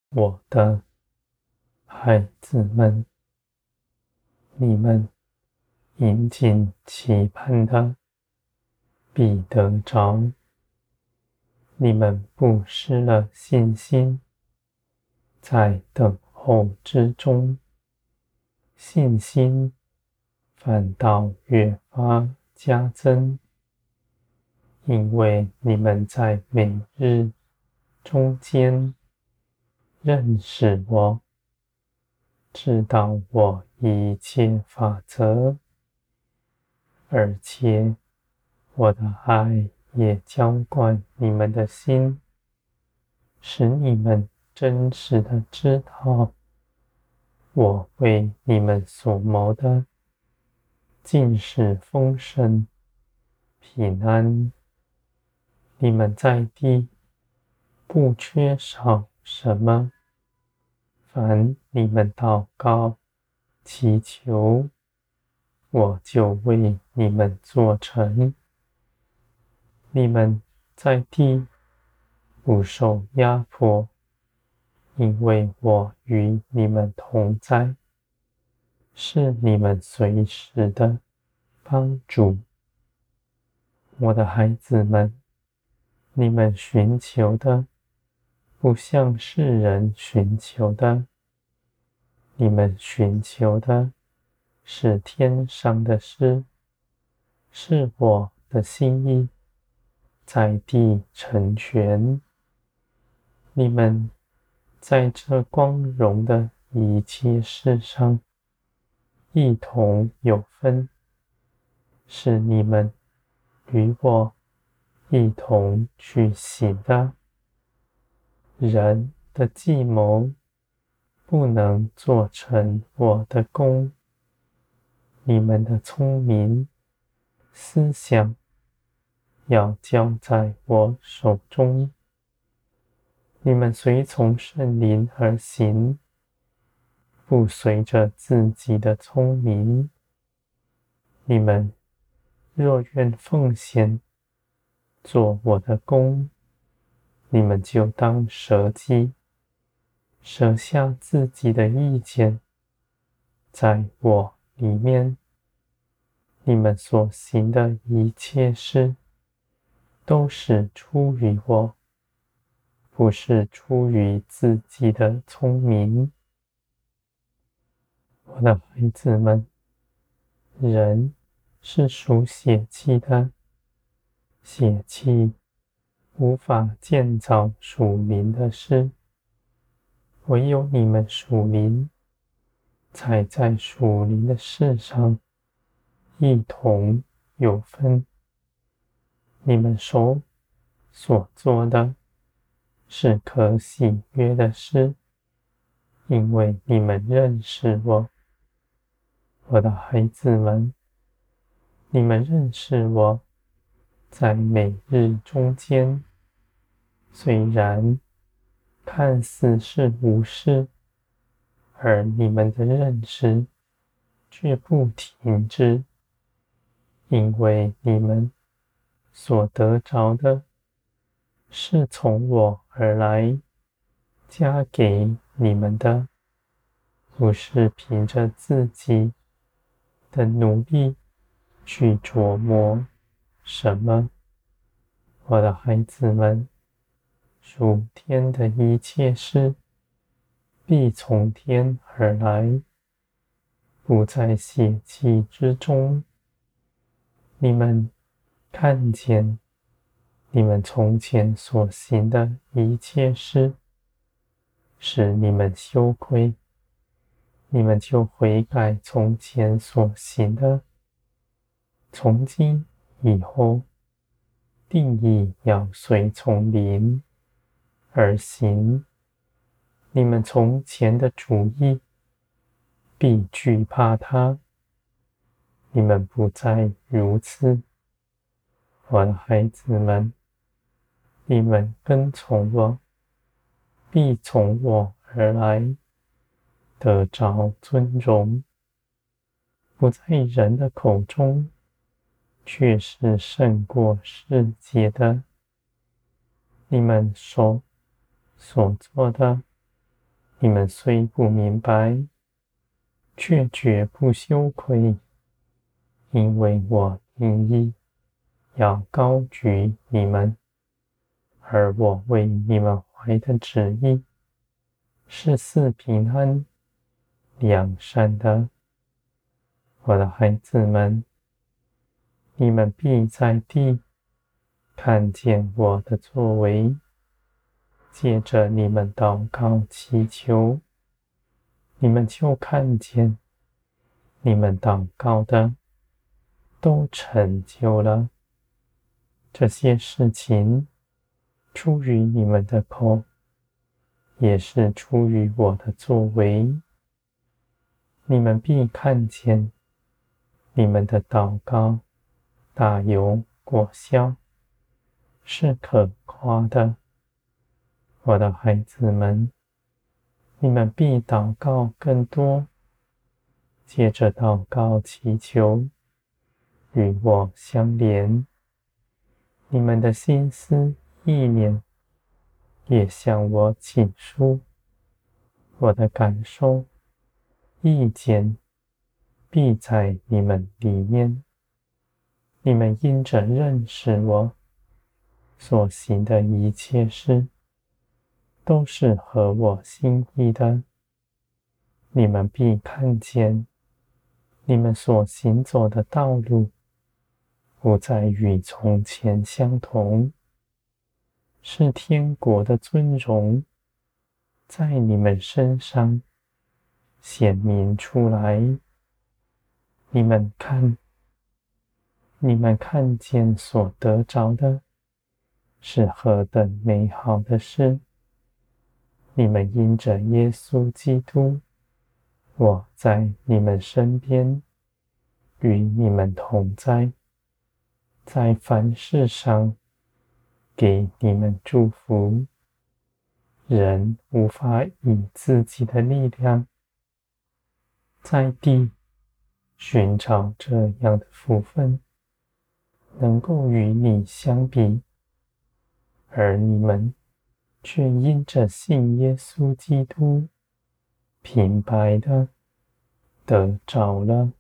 我的孩子们，你们殷勤期盼的必得着。你们不失了信心，在等候之中，信心反倒越发加增，因为你们在每日中间认识我，知道我一切法则，而且我的爱也浇灌你们的心，使你们真实的知道，我为你们所谋的尽是丰盛、平安。你们在地不缺少什么，凡你们祷告、祈求，我就为你们做成。你们在地不受压迫，因为我与你们同在，是你们随时的帮助。我的孩子们，你们寻求的不像世人寻求的，你们寻求的是天上的事，是我的心意在地成全。你们在这光荣的一切事上一同有分，是你们与我一同去行的。人的计谋不能做成我的功，你们的聪明思想要交在我手中。你们随从圣灵而行，不随着自己的聪明。你们若愿奉献，做我的工，你们就当舍己，舍下自己的意见，在我里面。你们所行的一切事，都是出于我，不是出于自己的聪明。我的孩子们，人是属血气的，血气无法建造属灵的事，唯有你们属灵，才在属灵的事上一同有分。你们手所做的是可喜悦的事，因为你们认识我。我的孩子们，你们认识我，在每日中间，虽然看似是无事，而你们的认识却不停止，因为你们所得着的是从我而来，加给你们的，不是凭着自己的努力去琢磨什么。我的孩子们，属天的一切事必从天而来，不在血气之中。你们看见你们从前所行的一切事，使你们羞愧，你们就悔改从前所行的。从今以后，定义要随从灵而行。你们从前的主意必惧怕他，你们不再如此。我的孩子们，你们跟从我，必从我而来，得着尊荣，不在人的口中，却是胜过世界的。你们手所做的你们虽不明白，却绝不羞愧，因为我定义要高举你们，而我为你们怀的旨意是赐平安、良善的。我的孩子们，你们必在地看见我的作为，借着你们祷告祈求，你们就看见你们祷告的都成就了。这些事情出于你们的口，也是出于我的作为。你们必看见你们的祷告大有果效，是可夸的。我的孩子们，你们必祷告更多，借着祷告祈求与我相连。你们的心思意念也向我倾诉，我的感受意见必在你们里面。你们因着认识我所行的一切事，都是合我心意的。你们必看见你们所行走的道路不再与从前相同，是天国的尊荣在你们身上显明出来。你们看见所得着的是何等美好的事。你们因着耶稣基督，我在你们身边，与你们同在，在凡事上给你们祝福。人无法以自己的力量在地寻找这样的福分，能够与你相比，而你们却因着信耶稣基督，平白的得着了。